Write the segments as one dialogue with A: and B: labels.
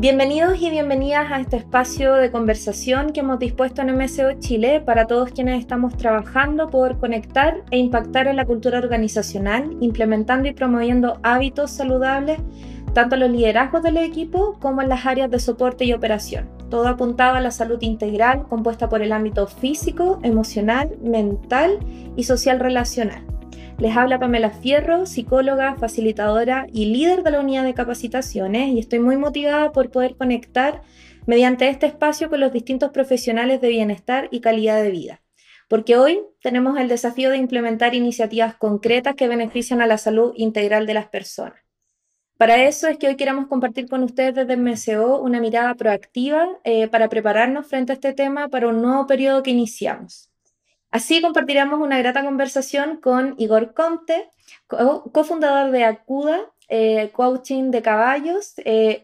A: Bienvenidos y bienvenidas a este espacio de conversación que hemos dispuesto en MSO Chile para todos quienes estamos trabajando por conectar e impactar en la cultura organizacional, implementando y promoviendo hábitos saludables tanto en los liderazgos del equipo como en las áreas de soporte y operación. Todo apuntado a la salud integral compuesta por el ámbito físico, emocional, mental y social relacional. Les habla Pamela Fierro, psicóloga, facilitadora y líder de la unidad de capacitaciones, y estoy muy motivada por poder conectar mediante este espacio con los distintos profesionales de bienestar y calidad de vida. Porque hoy tenemos el desafío de implementar iniciativas concretas que benefician a la salud integral de las personas. Para eso es que hoy queremos compartir con ustedes desde MSO una mirada proactiva para prepararnos frente a este tema para un nuevo periodo que iniciamos. Así compartiremos una grata conversación con Igor Comte, cofundador de Acuda, coaching de caballos,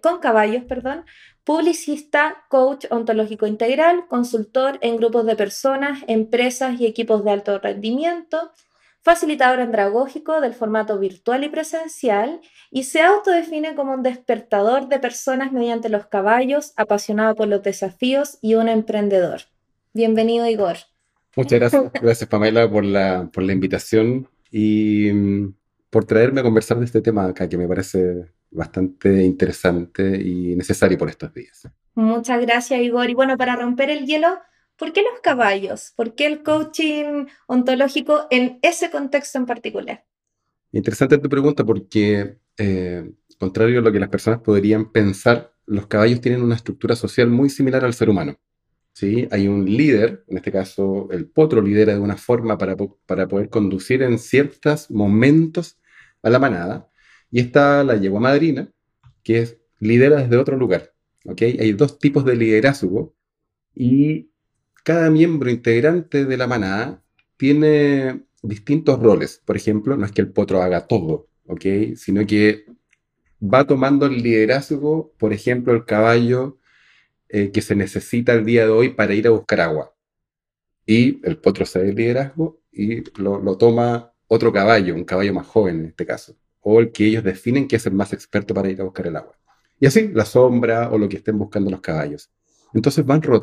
A: publicista, coach ontológico integral, consultor en grupos de personas, empresas y equipos de alto rendimiento, facilitador andragógico del formato virtual y presencial, y se autodefine como un despertador de personas mediante los caballos, apasionado por los desafíos y un emprendedor. Bienvenido, Igor.
B: Muchas gracias, gracias Pamela por la invitación y por traerme a conversar de este tema acá que me parece bastante interesante y necesario por estos días.
A: Muchas gracias, Igor. Y bueno, para romper el hielo, ¿por qué los caballos? ¿Por qué el coaching ontológico en ese contexto en particular?
B: Interesante tu pregunta porque, contrario a lo que las personas podrían pensar, los caballos tienen una estructura social muy similar al ser humano. ¿Sí? Hay un líder, en este caso el potro lidera de una forma para poder conducir en ciertos momentos a la manada, y está la yegua madrina, que lidera desde otro lugar. ¿Okay? Hay dos tipos de liderazgo y cada miembro integrante de la manada tiene distintos roles. Por ejemplo, no es que el potro haga todo, ¿okay? Sino que va tomando el liderazgo, por ejemplo, el caballo que se necesita el día de hoy para ir a buscar agua. Y el potro cede el liderazgo y lo toma otro caballo, un caballo más joven en este caso, o el que ellos definen que es el más experto para ir a buscar el agua. Y así, la sombra o lo que estén buscando los caballos. Entonces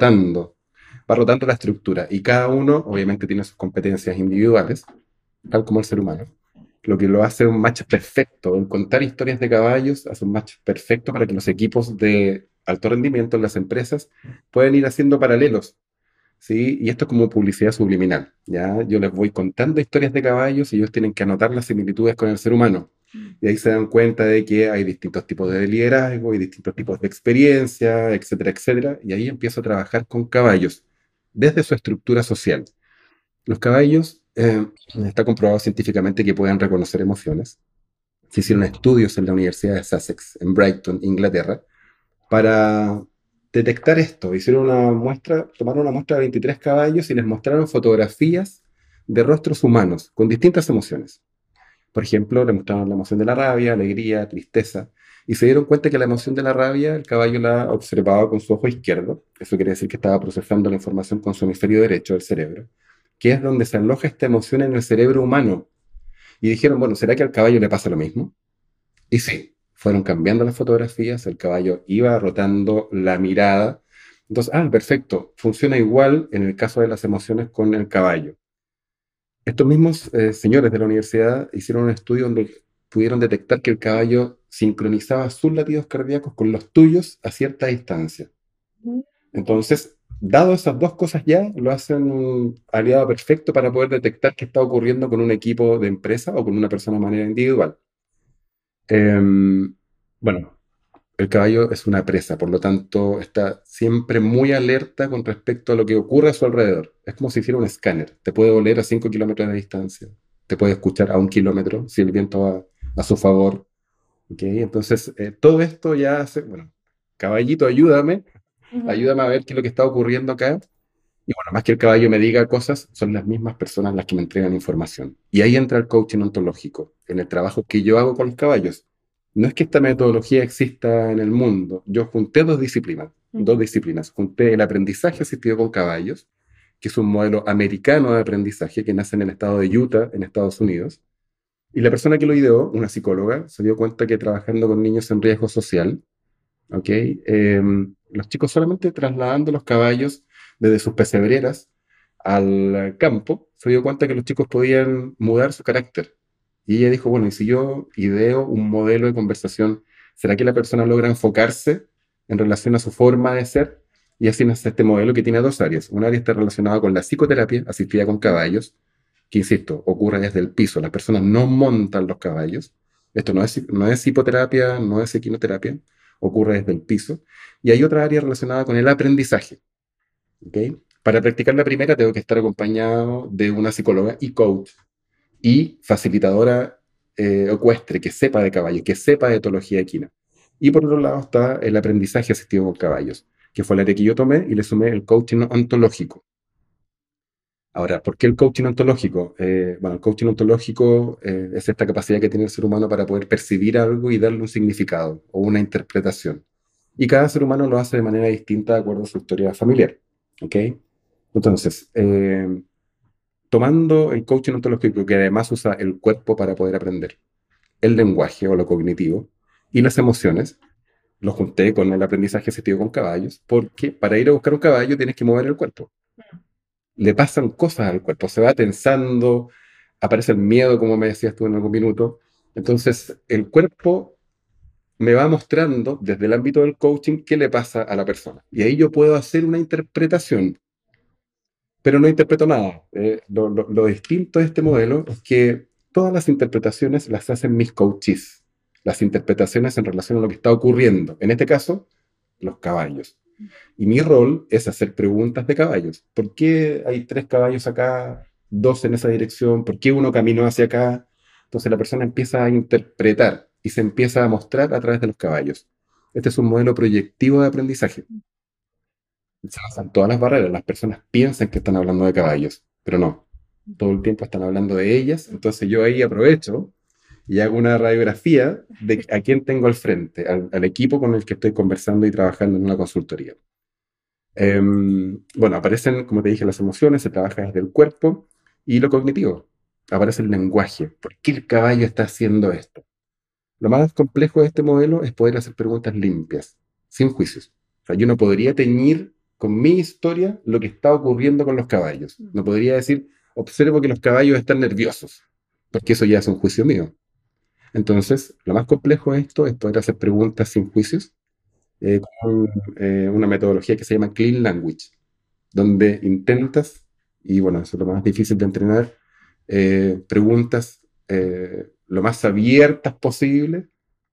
B: va rotando la estructura y cada uno obviamente tiene sus competencias individuales, tal como el ser humano. Lo que lo hace un match perfecto. En contar historias de caballos hace un match perfecto para que los equipos de alto rendimiento en las empresas puedan ir haciendo paralelos, ¿sí? Y esto es como publicidad subliminal, ¿ya? Yo les voy contando historias de caballos y ellos tienen que anotar las similitudes con el ser humano. Y ahí se dan cuenta de que hay distintos tipos de liderazgo y distintos tipos de experiencia, etcétera, etcétera. Y ahí empiezo a trabajar con caballos desde su estructura social. Los caballos, está comprobado científicamente que pueden reconocer emociones. Se hicieron estudios en la Universidad de Sussex, en Brighton, Inglaterra, para detectar esto. Hicieron una muestra, tomaron una muestra de 23 caballos y les mostraron fotografías de rostros humanos con distintas emociones. Por ejemplo, le mostraron la emoción de la rabia, alegría, tristeza, y se dieron cuenta que la emoción de la rabia el caballo la observaba con su ojo izquierdo. Eso quiere decir que estaba procesando la información con su hemisferio derecho del cerebro, que es donde se aloja esta emoción en el cerebro humano. Y dijeron, bueno, ¿será que al caballo le pasa lo mismo? Y sí, fueron cambiando las fotografías, el caballo iba rotando la mirada. Entonces, perfecto, funciona igual en el caso de las emociones con el caballo. Estos mismos señores de la universidad hicieron un estudio donde pudieron detectar que el caballo sincronizaba sus latidos cardíacos con los tuyos a cierta distancia. Entonces, dado esas dos cosas ya, lo hacen un aliado perfecto para poder detectar qué está ocurriendo con un equipo de empresa o con una persona de manera individual. Bueno, el caballo es una presa, por lo tanto está siempre muy alerta con respecto a lo que ocurre a su alrededor. Es como si hiciera un escáner. Te puede oler a 5 kilómetros de distancia. Te puede escuchar a 1 kilómetro si el viento va a su favor. ¿Okay? Entonces, todo esto ya hace, bueno, caballito, ayúdame. Ayúdame a ver qué es lo que está ocurriendo acá. Y bueno, más que el caballo me diga cosas, son las mismas personas las que me entregan información. Y ahí entra el coaching ontológico, en el trabajo que yo hago con los caballos. No es que esta metodología exista en el mundo. Yo junté dos disciplinas. Junté el aprendizaje asistido con caballos, que es un modelo americano de aprendizaje que nace en el estado de Utah, en Estados Unidos. Y la persona que lo ideó, una psicóloga, se dio cuenta que trabajando con niños en riesgo social, ¿ok? Los chicos solamente trasladando los caballos desde sus pesebreras al campo, se dio cuenta que los chicos podían mudar su carácter. Y ella dijo, bueno, ¿y si yo ideo un modelo de conversación, será que la persona logra enfocarse en relación a su forma de ser? Y así nace este modelo que tiene dos áreas. Un área está relacionada con la psicoterapia asistida con caballos, que insisto, ocurre desde el piso. Las personas no montan los caballos. Esto no es hipoterapia, no es equinoterapia, ocurre desde el piso. Y hay otra área relacionada con el aprendizaje. ¿Ok? Para practicar la primera tengo que estar acompañado de una psicóloga y coach y facilitadora ecuestre que sepa de caballos, que sepa de etología equina. Y por otro lado está el aprendizaje asistido con caballos, que fue el área que yo tomé y le sumé el coaching ontológico. Ahora, ¿por qué el coaching ontológico? Bueno, el coaching ontológico es esta capacidad que tiene el ser humano para poder percibir algo y darle un significado o una interpretación. Y cada ser humano lo hace de manera distinta de acuerdo a su historia familiar. ¿Ok? Entonces, tomando el coaching ontológico, que además usa el cuerpo para poder aprender, el lenguaje o lo cognitivo y las emociones, lo junté con el aprendizaje asistido con caballos, porque para ir a buscar un caballo tienes que mover el cuerpo. Le pasan cosas al cuerpo, se va tensando, aparece el miedo, como me decías tú en algún minuto. Entonces, el cuerpo me va mostrando desde el ámbito del coaching qué le pasa a la persona. Y ahí yo puedo hacer una interpretación, pero no interpreto nada. Lo distinto de este modelo es que todas las interpretaciones las hacen mis coaches. Las interpretaciones en relación a lo que está ocurriendo. En este caso, los caballos. Y mi rol es hacer preguntas de caballos. ¿Por qué hay tres caballos acá, dos en esa dirección? ¿Por qué uno caminó hacia acá? Entonces la persona empieza a interpretar y se empieza a mostrar a través de los caballos. Este es un modelo proyectivo de aprendizaje. Se basan todas las barreras. Las personas piensan que están hablando de caballos, pero no. Todo el tiempo están hablando de ellas. Entonces yo ahí aprovecho y hago una radiografía de a quién tengo al frente, al equipo con el que estoy conversando y trabajando en una consultoría. Bueno, aparecen, como te dije, las emociones, se trabaja desde el cuerpo y lo cognitivo. Aparece el lenguaje. ¿Por qué el caballo está haciendo esto? Lo más complejo de este modelo es poder hacer preguntas limpias, sin juicios. O sea, yo no podría teñir con mi historia lo que está ocurriendo con los caballos. No podría decir, observo que los caballos están nerviosos, porque eso ya es un juicio mío. Entonces, lo más complejo de esto es poder hacer preguntas sin juicios con una metodología que se llama Clean Language, donde intentas, y bueno, eso es lo más difícil de entrenar, preguntas lo más abiertas posible,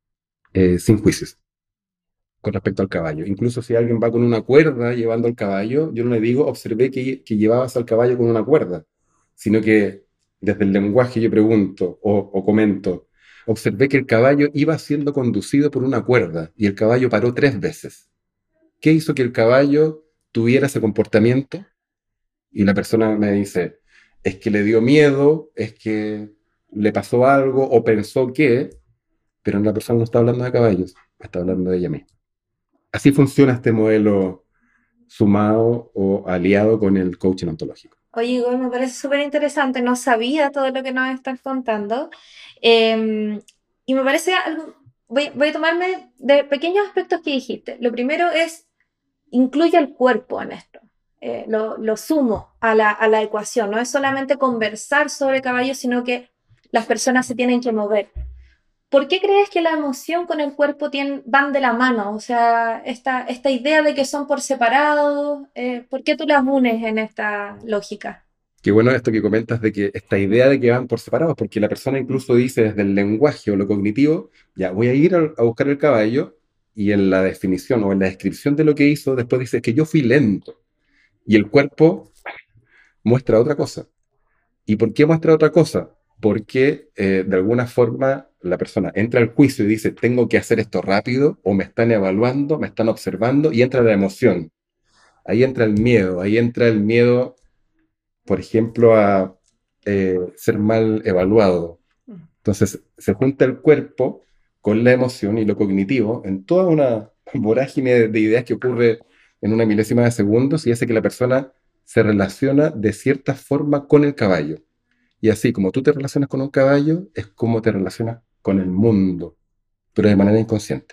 B: sin juicios, con respecto al caballo. Incluso si alguien va con una cuerda llevando al caballo, yo no le digo, observé que llevabas al caballo con una cuerda, sino que desde el lenguaje yo pregunto o comento, observé que el caballo iba siendo conducido por una cuerda y el caballo paró 3 veces. ¿Qué hizo que el caballo tuviera ese comportamiento? Y la persona me dice, es que le dio miedo, es que le pasó algo o pensó que, pero la persona no está hablando de caballos, está hablando de ella misma. Así funciona este modelo sumado o aliado con el coaching ontológico.
A: Oye, Igor, me parece súper interesante, no sabía todo lo que nos estás contando. Eh, y me parece algo, voy a tomarme de pequeños aspectos que dijiste. Lo primero es, incluye el cuerpo en esto. Lo sumo a la ecuación. No es solamente conversar sobre caballos, sino que las personas se tienen que mover. ¿Por qué crees que la emoción con el cuerpo van de la mano? O sea, esta idea de que son por separado, ¿por qué tú las unes en esta lógica?
B: Qué bueno esto que comentas de que esta idea de que van por separados, porque la persona incluso dice desde el lenguaje o lo cognitivo, ya voy a ir a buscar el caballo y en la definición o en la descripción de lo que hizo, después dice que yo fui lento y el cuerpo muestra otra cosa. ¿Y por qué muestra otra cosa? Porque de alguna forma la persona entra al juicio y dice, tengo que hacer esto rápido, o me están evaluando, me están observando, y entra la emoción. Ahí entra el miedo, por ejemplo, a ser mal evaluado. Entonces se junta el cuerpo con la emoción y lo cognitivo en toda una vorágine de ideas que ocurre en una milésima de segundos y hace que la persona se relaciona de cierta forma con el caballo. Y así como tú te relacionas con un caballo, es como te relacionas con el mundo, pero de manera inconsciente.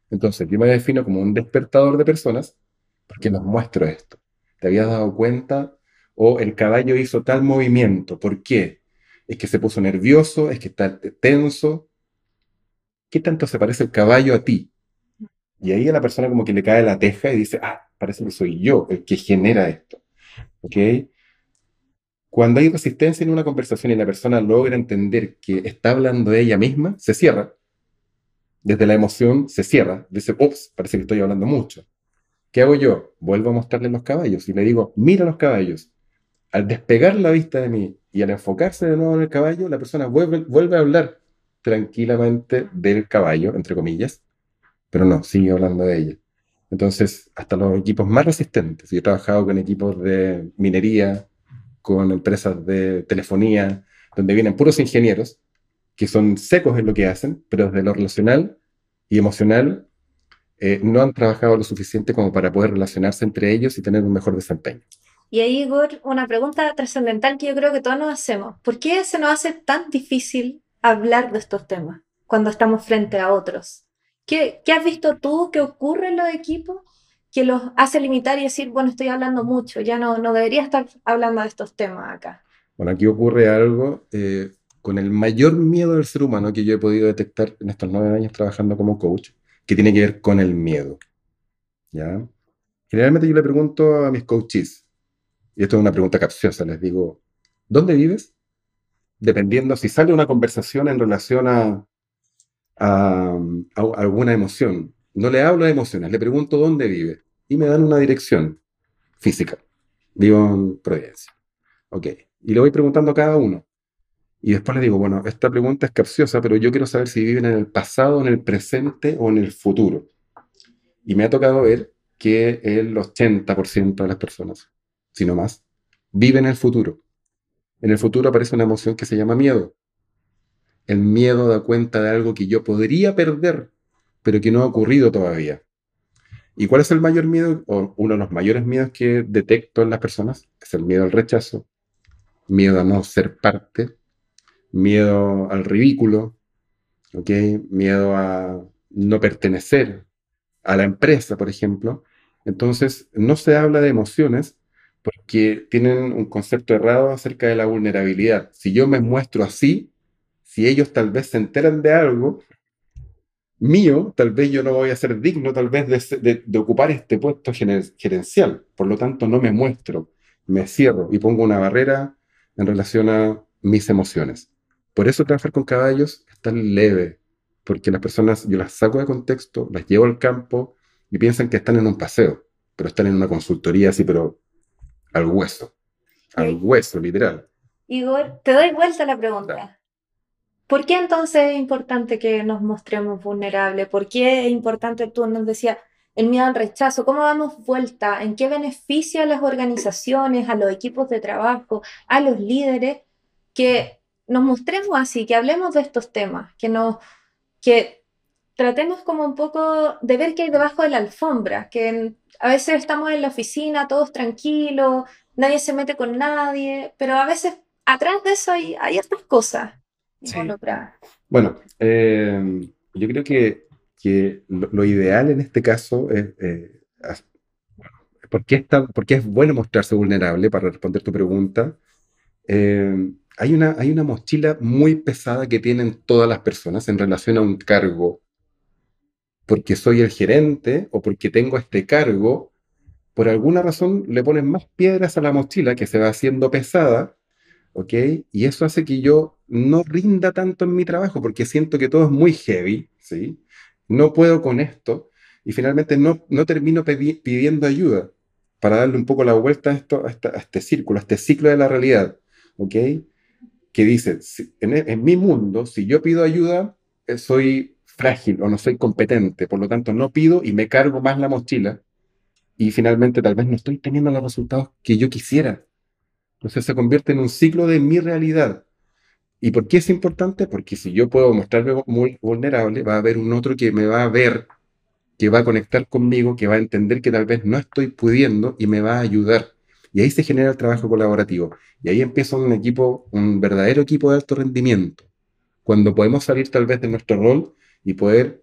B: Entonces, yo me defino como un despertador de personas porque les muestro esto. ¿Te habías dado cuenta? O el caballo hizo tal movimiento. ¿Por qué? Es que se puso nervioso, es que está tenso. ¿Qué tanto se parece el caballo a ti? Y ahí a la persona como que le cae la teja y dice, ah, parece que soy yo el que genera esto. ¿Ok? Cuando hay resistencia en una conversación y la persona logra entender que está hablando de ella misma, se cierra. Desde la emoción se cierra. Dice, ups, parece que estoy hablando mucho. ¿Qué hago yo? Vuelvo a mostrarle los caballos y le digo, mira los caballos. Al despegar la vista de mí y al enfocarse de nuevo en el caballo, la persona vuelve a hablar tranquilamente del caballo, entre comillas, pero no, sigue hablando de ella. Entonces, hasta los equipos más resistentes, yo he trabajado con equipos de minería, con empresas de telefonía, donde vienen puros ingenieros, que son secos en lo que hacen, pero desde lo relacional y emocional no han trabajado lo suficiente como para poder relacionarse entre ellos y tener un mejor desempeño.
A: Y ahí, Igor, una pregunta trascendental que yo creo que todos nos hacemos. ¿Por qué se nos hace tan difícil hablar de estos temas cuando estamos frente a otros? ¿Qué has visto tú que ocurre en los equipos que los hace limitar y decir, bueno, estoy hablando mucho, ya no debería estar hablando de estos temas acá?
B: Bueno, aquí ocurre algo con el mayor miedo del ser humano que yo he podido detectar en estos 9 años trabajando como coach, que tiene que ver con el miedo. ¿Ya? Generalmente yo le pregunto a mis coaches, y esto es una pregunta capciosa, les digo, ¿dónde vives? Dependiendo si sale una conversación en relación a alguna emoción. No le hablo de emociones, le pregunto dónde vive. Y me dan una dirección física. Vivo en Providencia. Ok. Y le voy preguntando a cada uno. Y después le digo, bueno, esta pregunta es capciosa, pero yo quiero saber si viven en el pasado, en el presente o en el futuro. Y me ha tocado ver que el 80% de las personas, si no más, viven en el futuro. En el futuro aparece una emoción que se llama miedo. El miedo da cuenta de algo que yo podría perder, pero que no ha ocurrido todavía. ¿Y cuál es el mayor miedo, o uno de los mayores miedos que detecto en las personas? Es el miedo al rechazo, miedo a no ser parte, miedo al ridículo, ¿ok? Miedo a no pertenecer a la empresa, por ejemplo. Entonces, no se habla de emociones porque tienen un concepto errado acerca de la vulnerabilidad. Si yo me muestro así, si ellos tal vez se enteran de algo mío, tal vez yo no voy a ser digno tal vez de ocupar este puesto gerencial. Por lo tanto, no me muestro, me cierro y pongo una barrera en relación a mis emociones. Por eso trabajar con caballos es tan leve, porque las personas yo las saco de contexto, las llevo al campo y piensan que están en un paseo, pero están en una consultoría así, pero al
A: Y,
B: hueso, literal.
A: Igor, te doy vuelta a la
B: Claro.
A: pregunta. ¿Por qué entonces es importante que nos mostremos vulnerables? ¿Por qué es importante, tú nos decías, el miedo al rechazo? ¿Cómo damos vuelta? ¿En qué beneficia a las organizaciones, a los equipos de trabajo, a los líderes que nos mostremos así, que hablemos de estos temas, que tratemos como un poco de ver qué hay debajo de la alfombra, a veces estamos en la oficina todos tranquilos, nadie se mete con nadie, pero a veces atrás de eso hay estas cosas
B: Sí.
A: involucradas.
B: Bueno, yo creo que lo ideal en este caso es, ¿por qué es bueno mostrarse vulnerable? Para responder tu pregunta, hay una mochila muy pesada que tienen todas las personas en relación a un cargo, porque soy el gerente o porque tengo este cargo, por alguna razón le ponen más piedras a la mochila que se va haciendo pesada. ¿Ok? Y eso hace que yo no rinda tanto en mi trabajo porque siento que todo es muy heavy, ¿sí? No puedo con esto y finalmente no termino pidiendo ayuda para darle un poco la vuelta a esto, a este círculo, a este ciclo de la realidad, ¿ok? Que dice, en mi mundo, si yo pido ayuda, soy frágil o no soy competente, por lo tanto no pido y me cargo más la mochila y finalmente tal vez no estoy teniendo los resultados que yo quisiera. Entonces se convierte en un ciclo de mi realidad. ¿Y por qué es importante? Porque si yo puedo mostrarme muy vulnerable, va a haber un otro que me va a ver, que va a conectar conmigo, que va a entender que tal vez no estoy pudiendo y me va a ayudar. Y ahí se genera el trabajo colaborativo. Y ahí empieza un equipo, un verdadero equipo de alto rendimiento. Cuando podemos salir tal vez de nuestro rol y poder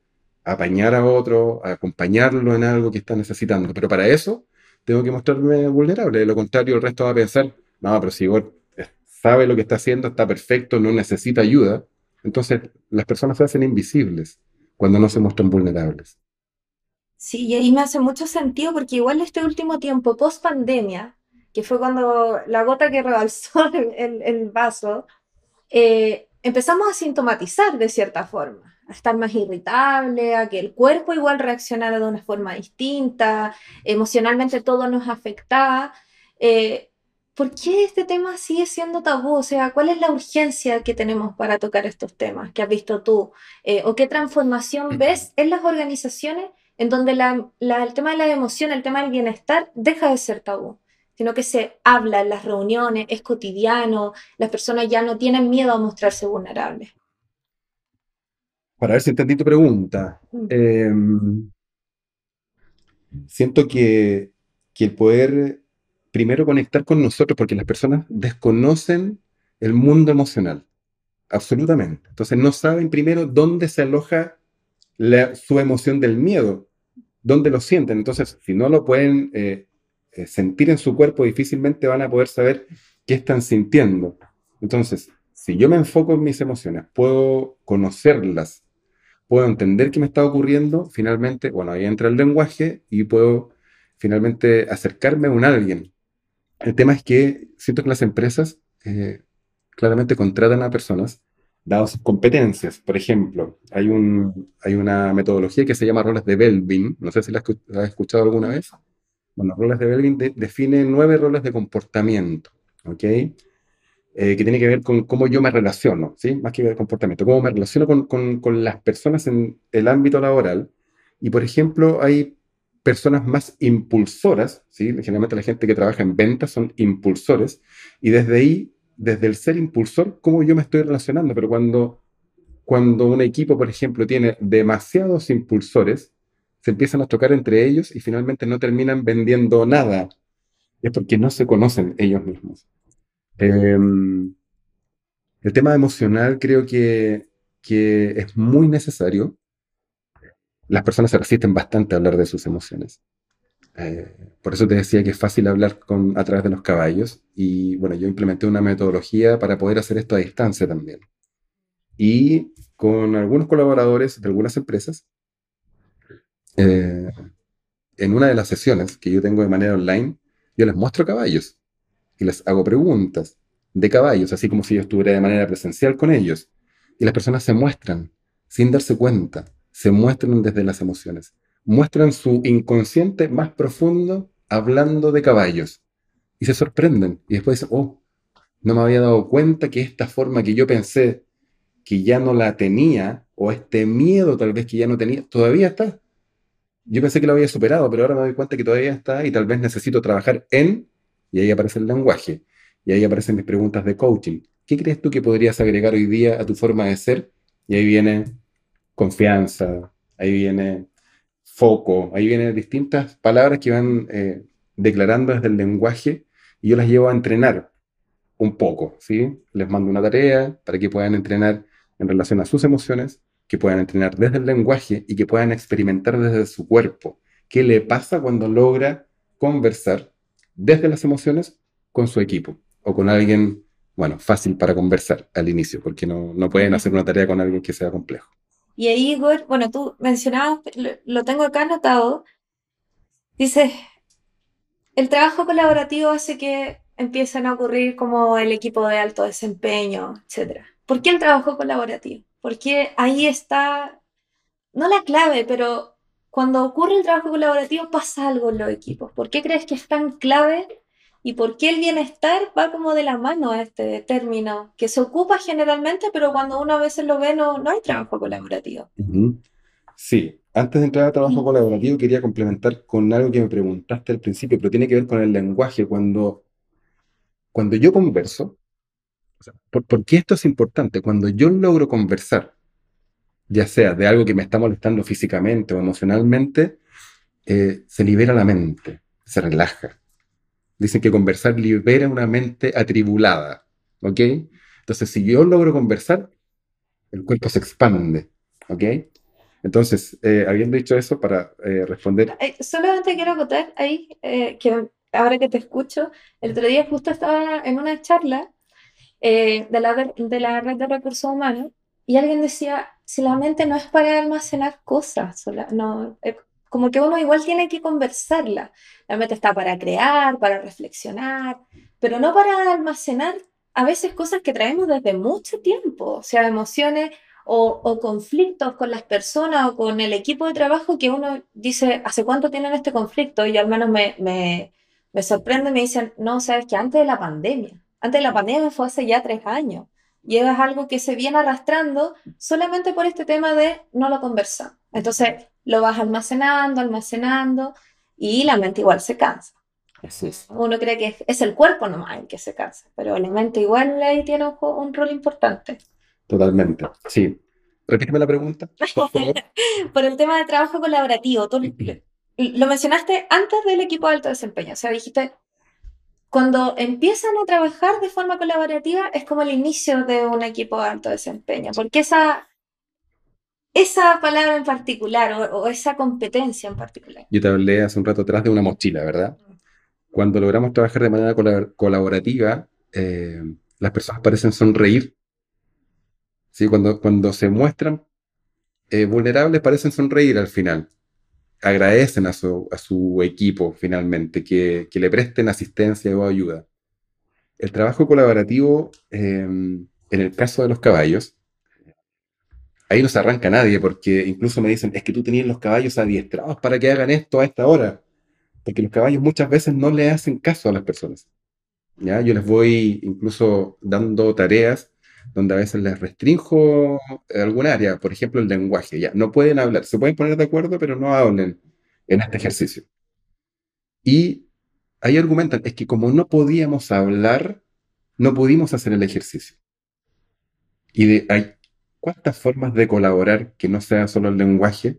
B: apañar a otro, a acompañarlo en algo que está necesitando. Pero para eso tengo que mostrarme vulnerable. De lo contrario, el resto va a pensar, no, pero si Igor sabe lo que está haciendo, está perfecto, no necesita ayuda. Entonces, las personas se hacen invisibles cuando no se muestran vulnerables.
A: Sí, y ahí me hace mucho sentido porque igual este último tiempo, post pandemia, que fue cuando la gota que rebalsó el vaso, empezamos a sintomatizar de cierta forma, a estar más irritable, a que el cuerpo igual reaccionara de una forma distinta, emocionalmente todo nos afectaba. Eh, ¿Por qué este tema sigue siendo tabú? O sea, ¿cuál es la urgencia que tenemos para tocar estos temas que has visto tú? ¿O qué transformación ves en las organizaciones en donde el tema de la emoción, el tema del bienestar deja de ser tabú? Sino que se habla en las reuniones, es cotidiano, las personas ya no tienen miedo a mostrarse vulnerables.
B: Para ver si entendí tu pregunta,
A: Mm.
B: siento que el poder primero conectar con nosotros, porque las personas desconocen el mundo emocional, absolutamente. Entonces no saben primero dónde se aloja su emoción del miedo, dónde lo sienten. Entonces, si no lo pueden sentir en su cuerpo, difícilmente van a poder saber qué están sintiendo. Entonces, si yo me enfoco en mis emociones, puedo conocerlas, puedo entender qué me está ocurriendo, finalmente, bueno, ahí entra el lenguaje y puedo finalmente acercarme a un alguien. El tema es que siento que las empresas claramente contratan a personas dadas sus competencias. Por ejemplo, hay una metodología que se llama roles de Belvin, no sé si la has escuchado alguna vez. Bueno, roles de Belvin define 9 roles de comportamiento, ¿ok? Que tiene que ver con cómo yo me relaciono, ¿sí? Más que ver comportamiento, cómo me relaciono con las personas en el ámbito laboral. Y, por ejemplo, hay personas más impulsoras, ¿sí? Generalmente la gente que trabaja en ventas son impulsores, y desde ahí, desde el ser impulsor, cómo yo me estoy relacionando. Pero cuando un equipo, por ejemplo, tiene demasiados impulsores, se empiezan a tocar entre ellos y finalmente no terminan vendiendo nada. Es porque no se conocen ellos mismos. Em, el tema emocional creo que es muy necesario. Las personas se resisten bastante a hablar de sus emociones. Por eso te decía que es fácil hablar a través de los caballos. Y bueno, yo implementé una metodología para poder hacer esto a distancia también. Y con algunos colaboradores de algunas empresas, eh, en una de las sesiones que yo tengo de manera online, yo les muestro caballos y les hago preguntas de caballos, así como si yo estuviera de manera presencial con ellos. Y las personas se muestran sin darse cuenta, se muestran desde las emociones, muestran su inconsciente más profundo hablando de caballos y se sorprenden y después dicen, oh, no me había dado cuenta que esta forma que yo pensé que ya no la tenía, o este miedo tal vez que ya no tenía, todavía está. Yo pensé que lo había superado, pero ahora me doy cuenta que todavía está y tal vez necesito trabajar en, y ahí aparece el lenguaje, y ahí aparecen mis preguntas de coaching. ¿Qué crees tú que podrías agregar hoy día a tu forma de ser? Y ahí viene confianza, ahí viene foco, ahí vienen distintas palabras que van declarando desde el lenguaje y yo las llevo a entrenar un poco, ¿sí? Les mando una tarea para que puedan entrenar en relación a sus emociones, que puedan entrenar desde el lenguaje y que puedan experimentar desde su cuerpo. ¿Qué le pasa cuando logra conversar desde las emociones con su equipo o con alguien, bueno, fácil para conversar al inicio, porque no pueden hacer una tarea con alguien que sea complejo?
A: Y ahí, Igor, bueno, tú mencionabas, lo tengo acá anotado, dices, el trabajo colaborativo hace que empiecen a ocurrir como el equipo de alto desempeño, etcétera. ¿Por qué el trabajo colaborativo? Porque ahí está, no la clave, pero cuando ocurre el trabajo colaborativo pasa algo en los equipos. ¿Por qué crees que es tan clave? ¿Y por qué el bienestar va como de la mano a este término? Que se ocupa generalmente, pero cuando uno a veces lo ve no hay trabajo colaborativo.
B: Ujú. Sí, antes de entrar a trabajo colaborativo quería complementar con algo que me preguntaste al principio, pero tiene que ver con el lenguaje. Cuando yo converso, o sea, ¿por qué esto es importante? Cuando yo logro conversar, ya sea de algo que me está molestando físicamente o emocionalmente, se libera la mente, se relaja. Dicen que conversar libera una mente atribulada, ¿ok? Entonces, si yo logro conversar, el cuerpo se expande, ¿ok? Entonces, habiendo dicho eso, para responder,
A: Solamente quiero acotar ahí que ahora que te escucho, el otro día justo estaba en una charla de la red de recursos humanos y alguien decía, si la mente no es para almacenar cosas, no, como que uno igual tiene que conversarla. La mente está para crear, para reflexionar, pero no para almacenar a veces cosas que traemos desde mucho tiempo, o sea, emociones o conflictos con las personas o con el equipo de trabajo que uno dice, ¿hace cuánto tienen este conflicto? Y al menos me sorprende, me dicen, no, sabes que antes de la pandemia. Antes de la pandemia fue hace ya 3 años. Y es algo que se viene arrastrando solamente por este tema de no lo conversar. Entonces lo vas almacenando, almacenando y la mente igual se cansa.
B: así es.
A: Uno cree que es el cuerpo nomás el que se cansa, pero la mente igual ahí tiene un rol importante.
B: Totalmente. Sí. Repíteme la pregunta, por favor.
A: Por el tema de trabajo colaborativo, tú lo mencionaste antes del equipo de alto desempeño, o sea, dijiste cuando empiezan a trabajar de forma colaborativa es como el inicio de un equipo de alto desempeño, porque esa palabra en particular o esa competencia en particular.
B: Yo te hablé hace un rato atrás de una mochila, ¿verdad? Cuando logramos trabajar de manera colaborativa, las personas parecen sonreír, ¿sí? Cuando se muestran vulnerables, parecen sonreír al final. Agradecen a su equipo finalmente que le presten asistencia o ayuda. El trabajo colaborativo, en el caso de los caballos, ahí no se arranca nadie, porque incluso me dicen, es que tú tenías los caballos adiestrados para que hagan esto a esta hora, porque los caballos muchas veces no le hacen caso a las personas. ¿Ya? Yo les voy incluso dando tareas donde a veces les restrinjo algún área, por ejemplo el lenguaje, ya, no pueden hablar, se pueden poner de acuerdo, pero no hablen en este ejercicio. Y ahí argumentan, es que como no podíamos hablar, no pudimos hacer el ejercicio. Hay cuántas formas de colaborar que no sea solo el lenguaje,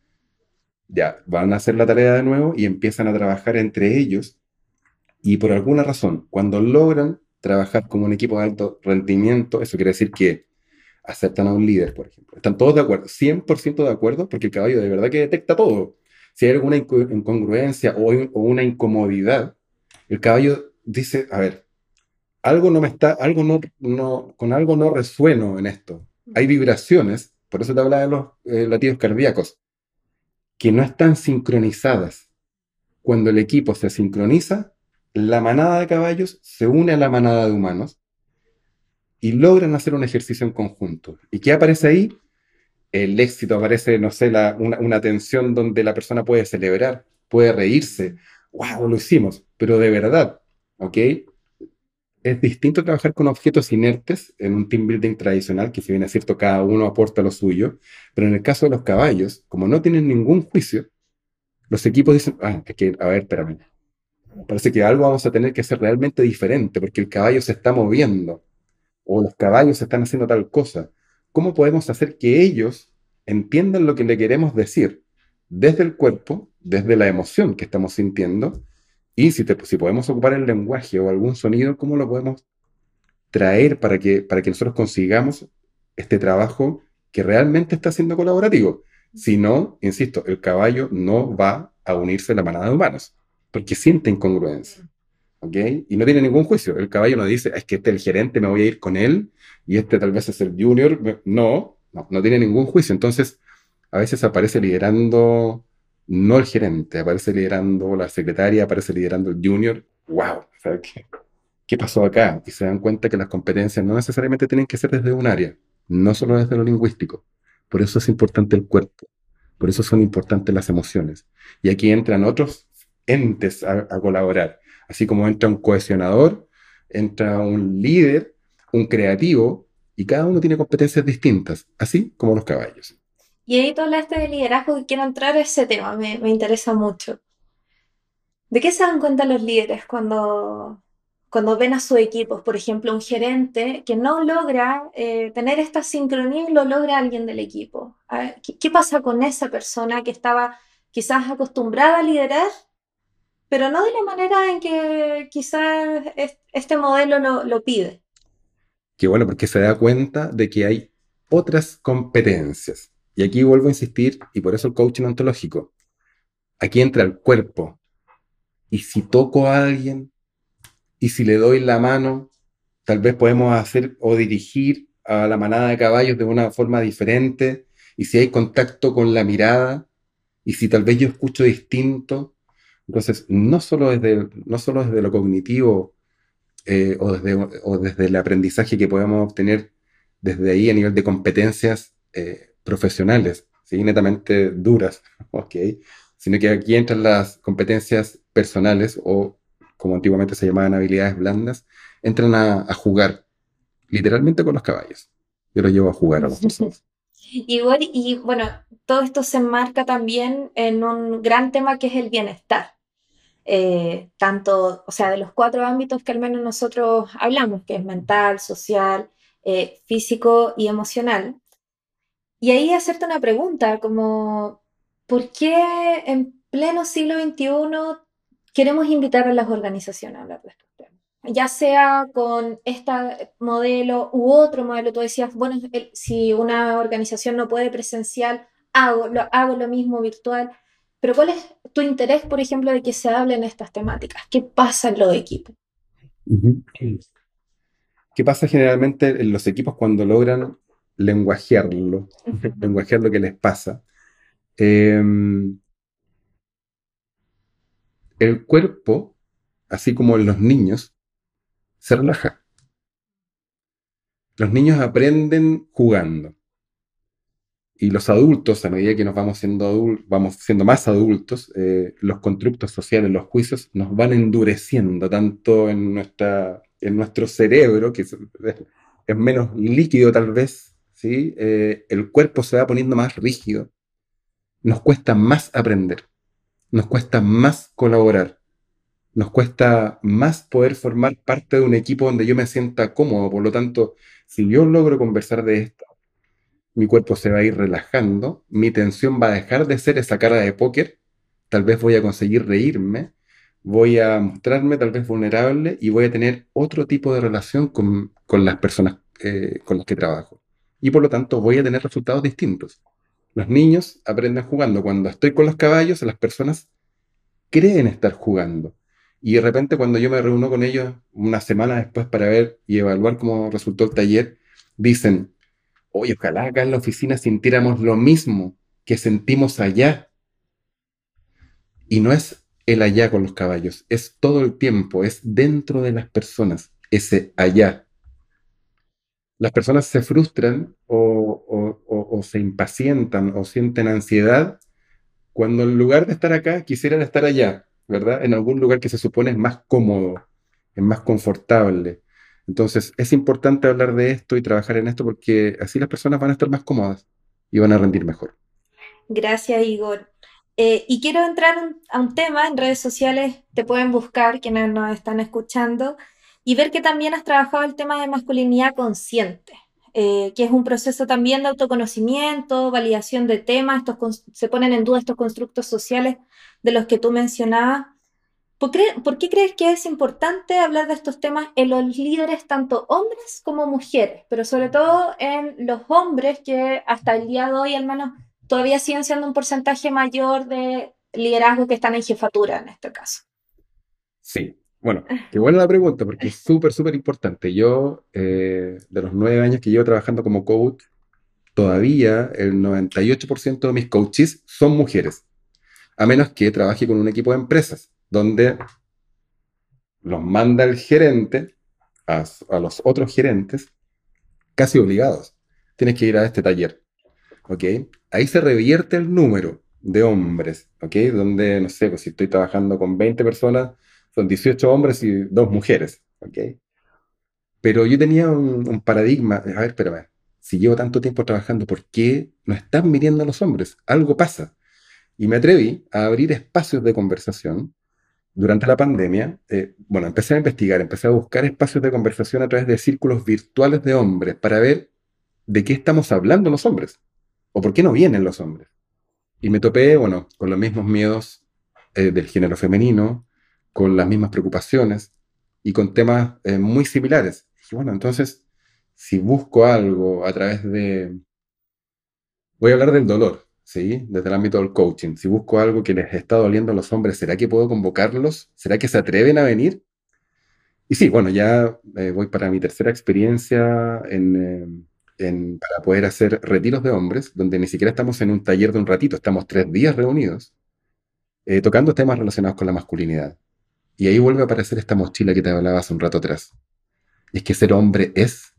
B: ya, van a hacer la tarea de nuevo y empiezan a trabajar entre ellos y por alguna razón, cuando logran trabajar como un equipo de alto rendimiento, eso quiere decir que aceptan a un líder, por ejemplo. Están todos de acuerdo, 100% de acuerdo, porque el caballo de verdad que detecta todo. Si hay alguna incongruencia o una incomodidad, el caballo dice, a ver, algo no me está, algo con algo no resueno en esto. Hay vibraciones, por eso te hablaba de los latidos cardíacos, que no están sincronizadas. Cuando el equipo se sincroniza, la manada de caballos se une a la manada de humanos y logran hacer un ejercicio en conjunto. ¿Y qué aparece ahí? El éxito, aparece, no sé, una tensión donde la persona puede celebrar, puede reírse. ¡Wow! Lo hicimos, pero de verdad, ¿ok? Es distinto trabajar con objetos inertes en un team building tradicional, que si bien es cierto, cada uno aporta lo suyo, pero en el caso de los caballos, como no tienen ningún juicio, los equipos dicen, es que, a ver, espérame, parece que algo vamos a tener que hacer realmente diferente, porque el caballo se está moviendo, o los caballos están haciendo tal cosa. ¿Cómo podemos hacer que ellos entiendan lo que le queremos decir desde el cuerpo, desde la emoción que estamos sintiendo? Y si podemos ocupar el lenguaje o algún sonido, ¿cómo lo podemos traer para que nosotros consigamos este trabajo que realmente está siendo colaborativo? Si no, insisto, el caballo no va a unirse a la manada de humanos, porque siente incongruencia. ¿Ok? Y no tiene ningún juicio. El caballo no dice, es que este es el gerente, me voy a ir con él, y este tal vez es el junior. No tiene ningún juicio. Entonces, a veces aparece liderando, no el gerente, aparece liderando la secretaria, aparece liderando el junior. ¡Wow! ¿Sabes qué pasó acá? Y se dan cuenta que las competencias no necesariamente tienen que ser desde un área, no solo desde lo lingüístico. Por eso es importante el cuerpo, por eso son importantes las emociones. Y aquí entran otros entes a colaborar. Así como entra un cohesionador, entra un líder, un creativo, y cada uno tiene competencias distintas, así como los caballos.
A: Y ahí tú hablaste de liderazgo y quiero entrar a ese tema, me interesa mucho. ¿De qué se dan cuenta los líderes cuando ven a sus equipos? Por ejemplo, un gerente que no logra tener esta sincronía y lo logra alguien del equipo. A ver, ¿qué pasa con esa persona que estaba quizás acostumbrada a liderar, pero no de la manera en que quizás este modelo lo pide?
B: Que bueno, porque se da cuenta de que hay otras competencias. Y aquí vuelvo a insistir, y por eso el coaching ontológico. Aquí entra el cuerpo. Y si toco a alguien, y si le doy la mano, tal vez podemos hacer o dirigir a la manada de caballos de una forma diferente. Y si hay contacto con la mirada, y si tal vez yo escucho distinto. Entonces, no solo desde lo cognitivo o desde el aprendizaje que podemos obtener desde ahí a nivel de competencias profesionales, ¿sí? Netamente duras, ¿ok? Sino que aquí entran las competencias personales o, como antiguamente se llamaban habilidades blandas, entran a jugar literalmente con los caballos. Yo los llevo a jugar a las personas.
A: Igual, y bueno, todo esto se enmarca también en un gran tema que es el bienestar. Tanto, o sea, de los cuatro ámbitos que al menos nosotros hablamos, que es mental, social, físico y emocional. Y ahí hacerte una pregunta, como, ¿por qué en pleno siglo XXI queremos invitar a las organizaciones a hablar de estos temas? Ya sea con este modelo u otro modelo, tú decías, bueno, si una organización no puede presencial, hago lo mismo virtual, pero ¿cuál es tu interés, por ejemplo, de que se hablen estas temáticas? ¿Qué pasa en los equipos?
B: Ujú. ¿Qué pasa generalmente en los equipos cuando logran lenguajearlo, lenguajear lo que les pasa? Em, el cuerpo, así como en los niños, se relaja. Los niños aprenden jugando. Y los adultos, a medida que nos vamos siendo vamos siendo más adultos, los constructos sociales, los juicios, nos van endureciendo tanto en nuestro cerebro, que es menos líquido tal vez, ¿sí? El cuerpo se va poniendo más rígido. Nos cuesta más aprender, nos cuesta más colaborar, nos cuesta más poder formar parte de un equipo donde yo me sienta cómodo. Por lo tanto, si yo logro conversar de esto, mi cuerpo se va a ir relajando, mi tensión va a dejar de ser esa cara de póker, tal vez voy a conseguir reírme, voy a mostrarme tal vez vulnerable y voy a tener otro tipo de relación con las personas con las que trabajo. Y por lo tanto voy a tener resultados distintos. Los niños aprenden jugando. Cuando estoy con los caballos, las personas creen estar jugando. Y de repente cuando yo me reúno con ellos una semana después para ver y evaluar cómo resultó el taller, dicen, oye, ojalá acá en la oficina sintiéramos lo mismo que sentimos allá. Y no es el allá con los caballos, es todo el tiempo, es dentro de las personas, ese allá. Las personas se frustran o se impacientan o sienten ansiedad cuando en lugar de estar acá quisieran estar allá, ¿verdad? En algún lugar que se supone es más cómodo, es más confortable. Entonces, es importante hablar de esto y trabajar en esto porque así las personas van a estar más cómodas y van a rendir mejor.
A: Gracias, Igor. Y quiero entrar a un tema, en redes sociales te pueden buscar quienes nos están escuchando y ver que también has trabajado el tema de masculinidad consciente, que es un proceso también de autoconocimiento, validación de temas, se ponen en duda estos constructos sociales de los que tú mencionabas. ¿Por qué crees que es importante hablar de estos temas en los líderes, tanto hombres como mujeres, pero sobre todo en los hombres que hasta el día de hoy al menos todavía siguen siendo un porcentaje mayor de liderazgo que están en jefatura en este caso?
B: Sí, bueno, qué buena la pregunta porque es súper, súper importante. Yo, de los 9 años que llevo trabajando como coach, todavía el 98% de mis coaches son mujeres, a menos que trabaje con un equipo de empresas, donde los manda el gerente a los otros gerentes casi obligados. Tienes que ir a este taller, ¿ok? Ahí se revierte el número de hombres, ¿ok? Donde, no sé, pues si estoy trabajando con 20 personas, son 18 hombres y 2 mujeres, ¿ok? Pero yo tenía un paradigma, a ver, espérame, si llevo tanto tiempo trabajando, ¿por qué no están viniendo los hombres? Algo pasa. Y me atreví a abrir espacios de conversación durante la pandemia. Bueno, empecé a investigar, empecé a buscar espacios de conversación a través de círculos virtuales de hombres para ver de qué estamos hablando los hombres o por qué no vienen los hombres. Y me topé, bueno, con los mismos miedos del género femenino, con las mismas preocupaciones y con temas muy similares. Y bueno, entonces, si busco algo a través Voy a hablar del dolor, ¿sí? Desde el ámbito del coaching. Si busco algo que les está doliendo a los hombres, ¿será que puedo convocarlos? ¿Será que se atreven a venir? Y sí, bueno, ya voy para mi tercera experiencia para poder hacer retiros de hombres, donde ni siquiera estamos en un taller de un ratito, estamos 3 días reunidos, tocando temas relacionados con la masculinidad. Y ahí vuelve a aparecer esta mochila que te hablaba hace un rato atrás. Y es que ser hombre es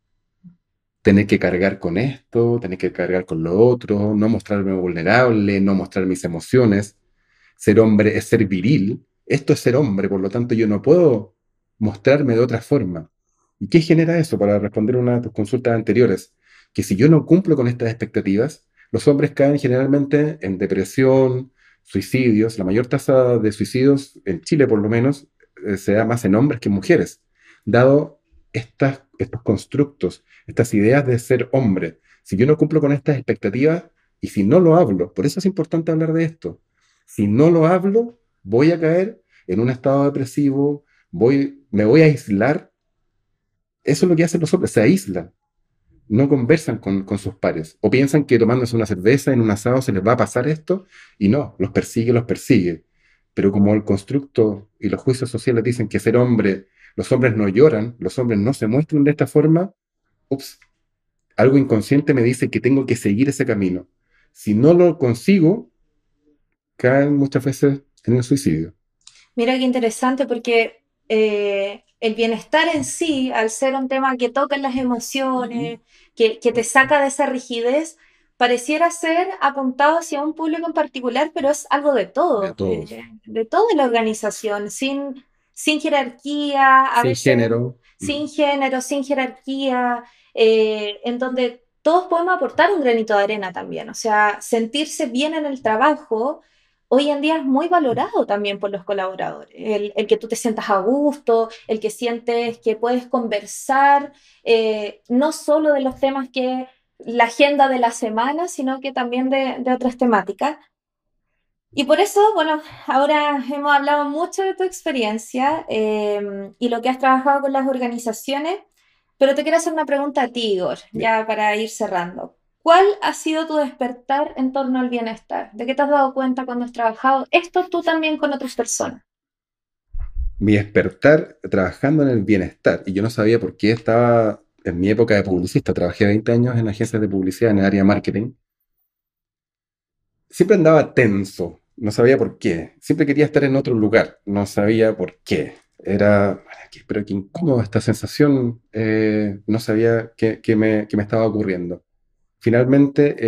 B: tener que cargar con esto, tener que cargar con lo otro, no mostrarme vulnerable, no mostrar mis emociones. Ser hombre es ser viril. Esto es ser hombre, por lo tanto yo no puedo mostrarme de otra forma. ¿Y qué genera eso? Para responder una de tus consultas anteriores, que si yo no cumplo con estas expectativas, los hombres caen generalmente en depresión, suicidios. La mayor tasa de suicidios en Chile, por lo menos, se da más en hombres que en mujeres, dado estos constructos, estas ideas de ser hombre. Si yo no cumplo con estas expectativas y si no lo hablo, por eso es importante hablar de esto. Si no lo hablo, voy a caer en un estado depresivo, me voy a aislar. Eso es lo que hacen los hombres, se aíslan, no conversan con sus pares, o piensan que tomándose una cerveza en un asado se les va a pasar esto, y no, los persigue, los persigue. Pero como el constructo y los juicios sociales dicen que ser hombre, los hombres no lloran, los hombres no se muestran de esta forma, ups, algo inconsciente me dice que tengo que seguir ese camino. Si no lo consigo, caen muchas veces en el suicidio.
A: Mira qué interesante porque el bienestar en sí, al ser un tema que toca las emociones, que te saca de esa rigidez, pareciera ser apuntado hacia un público en particular, pero es algo
B: De todos.
A: de toda la organización, sin jerarquía, a
B: Sin
A: veces
B: género.
A: sin género, sin jerarquía, en donde todos podemos aportar un granito de arena también. O sea, sentirse bien en el trabajo hoy en día es muy valorado también por los colaboradores. El que tú te sientas a gusto, el que sientes que puedes conversar, no solo de los temas que la agenda de la semana, sino que también de otras temáticas. Y por eso, bueno, ahora hemos hablado mucho de tu experiencia y lo que has trabajado con las organizaciones, pero te quiero hacer una pregunta a ti, Igor,
B: Bien.
A: ya para ir cerrando. ¿Cuál ha sido tu despertar en torno al bienestar? ¿De qué te has dado cuenta cuando has trabajado esto tú también con otras personas?
B: Mi despertar trabajando en el bienestar. Y yo no sabía por qué estaba en mi época de publicista. Trabajé 20 años en agencias de publicidad en el área de marketing. Siempre andaba tenso. No sabía por qué. Siempre quería estar en otro lugar. No sabía por qué. Era, pero qué incómoda esta sensación. No sabía qué me estaba ocurriendo. Finalmente,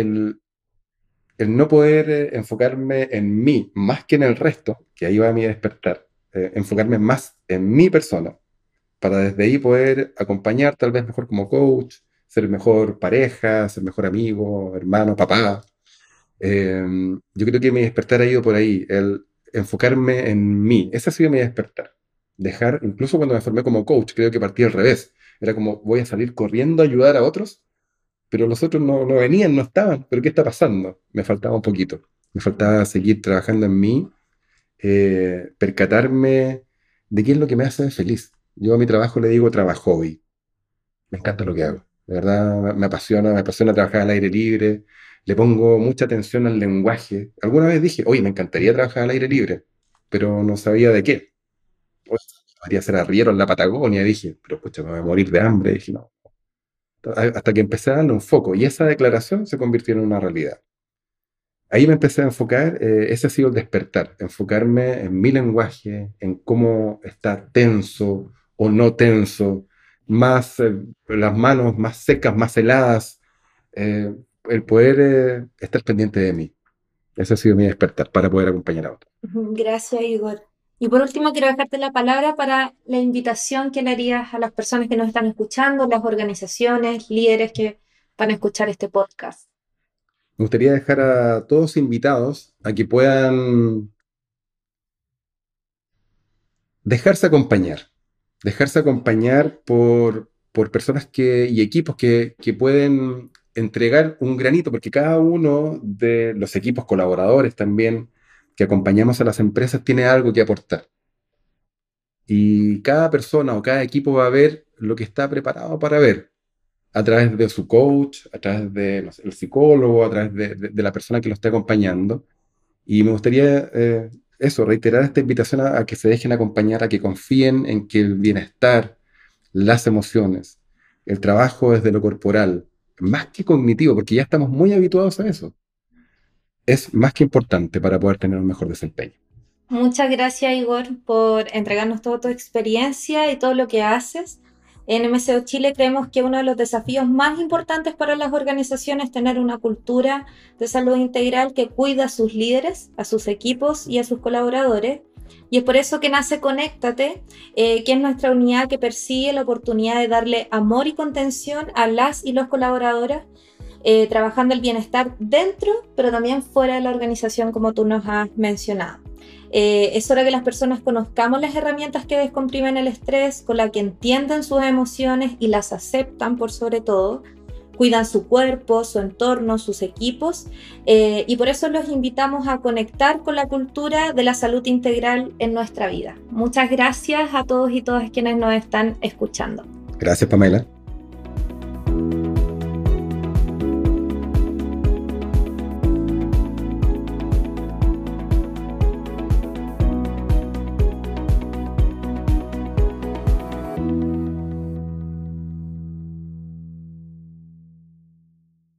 B: el no poder enfocarme en mí más que en el resto, que ahí va mi despertar, enfocarme más en mi persona, para desde ahí poder acompañar tal vez mejor como coach, ser mejor pareja, ser mejor amigo, hermano, papá. Eh, yo creo que mi despertar ha ido por ahí, el enfocarme en mí. Ese ha sido mi despertar. Dejar, incluso cuando me formé como coach, creo que partí al revés. Era como, voy a salir corriendo a ayudar a otros, pero los otros no venían, no estaban. ¿Pero qué está pasando? Me faltaba un poquito. Me faltaba seguir trabajando en mí, percatarme de qué es lo que me hace feliz. Yo a mi trabajo le digo trabajo hobby. Me encanta lo que hago. De verdad me apasiona trabajar al aire libre. Le pongo mucha atención al lenguaje. Alguna vez dije, oye, me encantaría trabajar al aire libre, pero no sabía de qué. Oye, podría ser arriero en la Patagonia, dije, pero pucha, me voy a morir de hambre. Dije, no. Hasta que empecé a darle un foco y esa declaración se convirtió en una realidad. Ahí me empecé a enfocar, ese ha sido el despertar, enfocarme en mi lenguaje, en cómo está tenso o no tenso, más las manos más secas, más heladas, eh, el poder estar pendiente de mí. Ese ha sido mi despertar para poder acompañar a otros.
A: Ujú, gracias, Igor. Y por último, quiero dejarte la palabra para la invitación que le harías a las personas que nos están escuchando, las organizaciones, líderes que van a escuchar este podcast.
B: Me gustaría dejar a todos invitados a que puedan dejarse acompañar, dejarse acompañar por personas y equipos que pueden entregar un granito, porque cada uno de los equipos colaboradores también que acompañamos a las empresas tiene algo que aportar. Y cada persona o cada equipo va a ver lo que está preparado para ver. a través de su coach, a través de no sé, el psicólogo, a través de la persona que lo esté acompañando. Y me gustaría eso, reiterar esta invitación a que se dejen acompañar, a que confíen en que el bienestar, las emociones, el trabajo desde lo corporal, más que cognitivo, porque ya estamos muy habituados a eso, es más que importante para poder tener un mejor desempeño.
A: Muchas gracias, Igor, por entregarnos toda tu experiencia y todo lo que haces. En MCO Chile creemos que uno de los desafíos más importantes para las organizaciones es tener una cultura de salud integral que cuida a sus líderes, a sus equipos y a sus colaboradores. Y es por eso que nace Conéctate, que es nuestra unidad que persigue la oportunidad de darle amor y contención a las y los colaboradores, trabajando el bienestar dentro, pero también fuera de la organización, como tú nos has mencionado. Es hora que las personas conozcamos las herramientas que descomprimen el estrés, con las que entienden sus emociones y las aceptan por sobre todo, cuidan su cuerpo, su entorno, sus equipos, y por eso los invitamos a conectar con la cultura de la salud integral en nuestra vida. Muchas gracias a todos y todas quienes nos están escuchando.
B: Gracias, Pamela.